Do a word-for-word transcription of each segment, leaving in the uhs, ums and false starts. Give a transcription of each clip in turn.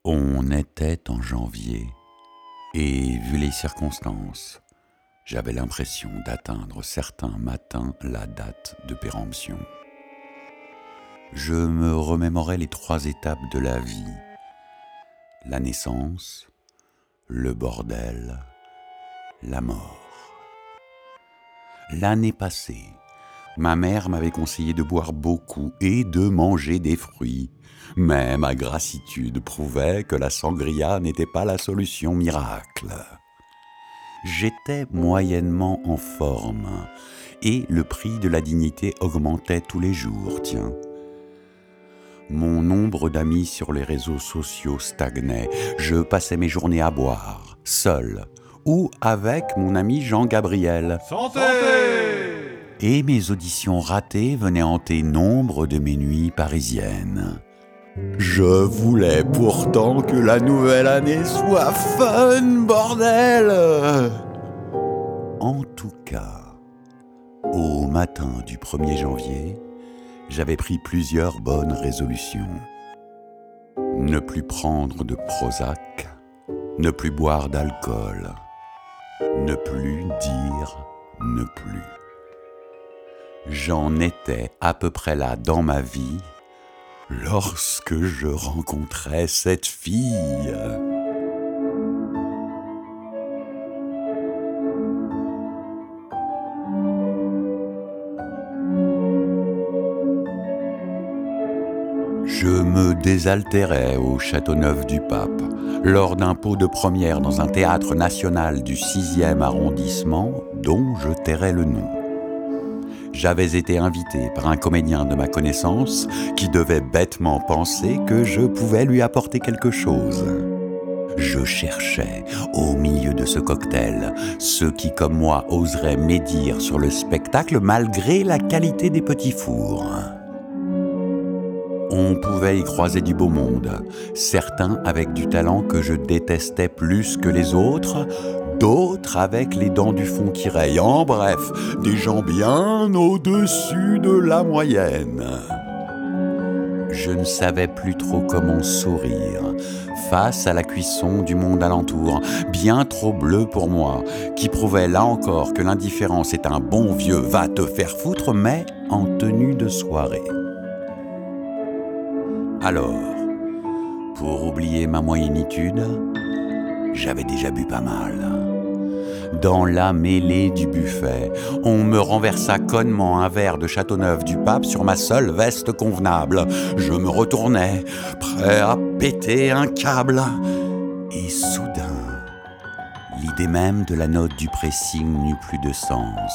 On était en janvier, et vu les circonstances, j'avais l'impression d'atteindre certains matins la date de péremption. Je me remémorais les trois étapes de la vie: la naissance, le bordel, la mort. L'année passée, ma mère m'avait conseillé de boire beaucoup et de manger des fruits, mais ma grassitude prouvait que la sangria n'était pas la solution miracle. J'étais moyennement en forme et le prix de la dignité augmentait tous les jours, tiens. Mon nombre d'amis sur les réseaux sociaux stagnait. Je passais mes journées à boire, seul, ou avec mon ami Jean-Gabriel. Santé! Et mes auditions ratées venaient hanter nombre de mes nuits parisiennes. Je voulais pourtant que la nouvelle année soit fun, bordel! En tout cas, au matin du premier janvier, j'avais pris plusieurs bonnes résolutions. Ne plus prendre de Prozac, ne plus boire d'alcool, ne plus dire ne plus. J'en étais à peu près là dans ma vie lorsque je rencontrais cette fille. Je me désaltérais au Châteauneuf-du-Pape lors d'un pot de première dans un théâtre national du sixième arrondissement dont je tairai le nom. J'avais été invité par un comédien de ma connaissance qui devait bêtement penser que je pouvais lui apporter quelque chose. Je cherchais, au milieu de ce cocktail, ceux qui, comme moi, oseraient médire sur le spectacle malgré la qualité des petits fours. On pouvait y croiser du beau monde, certains avec du talent que je détestais plus que les autres, d'autres avec les dents du fond qui rayent, en bref, des gens bien au-dessus de la moyenne. Je ne savais plus trop comment sourire face à la cuisson du monde alentour, bien trop bleu pour moi, qui prouvait là encore que l'indifférence est un bon vieux va te faire foutre, mais en tenue de soirée. Alors, pour oublier ma moyennitude, j'avais déjà bu pas mal. Dans la mêlée du buffet, on me renversa connement un verre de Châteauneuf-du-Pape sur ma seule veste convenable. Je me retournais, prêt à péter un câble. Et soudain, l'idée même de la note du pressing n'eut plus de sens.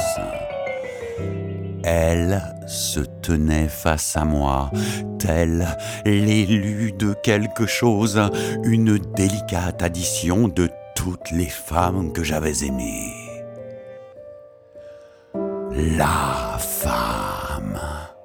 Elle se tenait face à moi, telle l'élue de quelque chose, une délicate addition de toutes les femmes que j'avais aimées. La femme.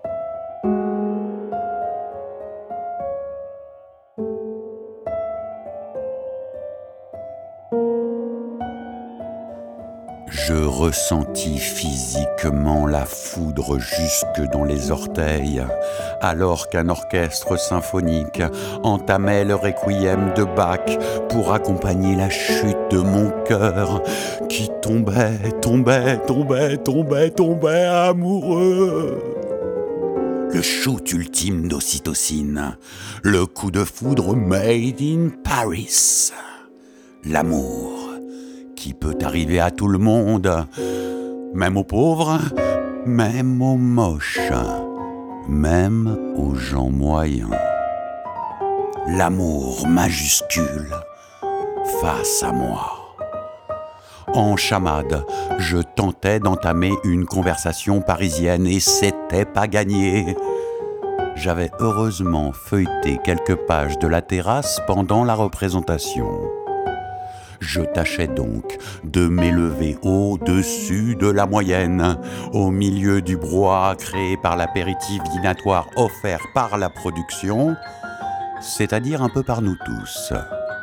Je ressentis physiquement la foudre jusque dans les orteils, alors qu'un orchestre symphonique entamait le requiem de Bach pour accompagner la chute de mon cœur qui tombait, tombait, tombait, tombait, tombait amoureux. Le shoot ultime d'ocytocine, le coup de foudre made in Paris, l'amour qui peut arriver à tout le monde, même aux pauvres, même aux moches, même aux gens moyens. L'amour majuscule face à moi. En chamade, je tentais d'entamer une conversation parisienne et c'était pas gagné. J'avais heureusement feuilleté quelques pages de La Terrasse pendant la représentation. Je tâchais donc de m'élever au-dessus de la moyenne, au milieu du brouhaha créé par l'apéritif dînatoire offert par la production, c'est-à-dire un peu par nous tous.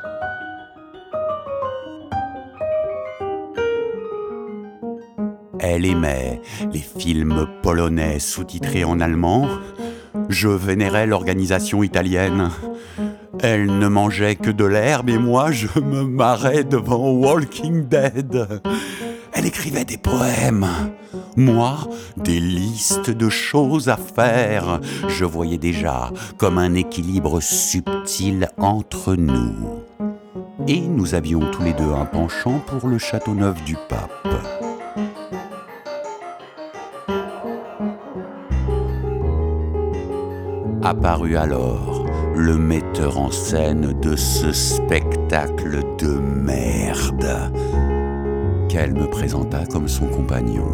Elle aimait les films polonais sous-titrés en allemand. Je vénérais l'organisation italienne. Elle ne mangeait que de l'herbe et moi je me marrais devant Walking Dead. Elle écrivait des poèmes. Moi, des listes de choses à faire. Je voyais déjà comme un équilibre subtil entre nous. Et nous avions tous les deux un penchant pour le Châteauneuf du Pape. Apparut alors le metteur en scène de ce spectacle de merde qu'elle me présenta comme son compagnon.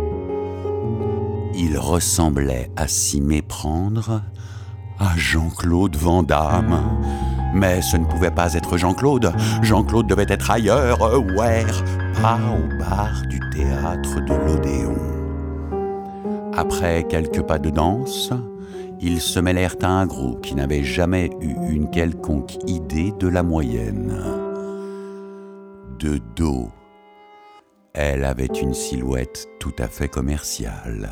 Il ressemblait à s'y méprendre à Jean-Claude Van Damme. Mais ce ne pouvait pas être Jean-Claude. Jean-Claude devait être ailleurs, ouais, pas au bar du théâtre de l'Odéon. Après quelques pas de danse, ils se mêlèrent à un groupe qui n'avait jamais eu une quelconque idée de la moyenne. De dos, elle avait une silhouette tout à fait commerciale.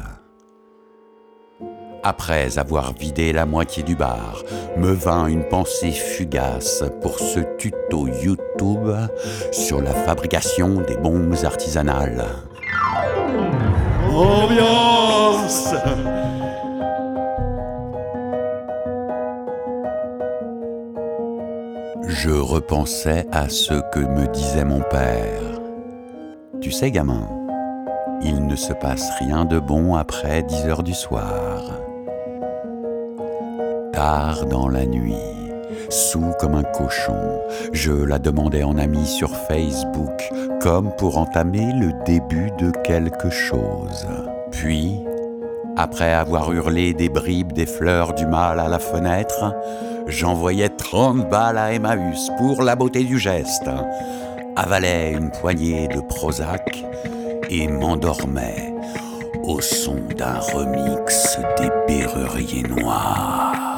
Après avoir vidé la moitié du bar, me vint une pensée fugace pour ce tuto YouTube sur la fabrication des bombes artisanales. Ambiance! Je repensais à ce que me disait mon père. Tu sais, gamin, il ne se passe rien de bon après dix heures du soir. Tard dans la nuit, saoul comme un cochon, je la demandais en ami sur Facebook, comme pour entamer le début de quelque chose. Puis, après avoir hurlé des bribes des fleurs du mal à la fenêtre, j'envoyais trente balles à Emmaüs pour la beauté du geste, avalais une poignée de Prozac et m'endormais au son d'un remix des Berruriers Noirs.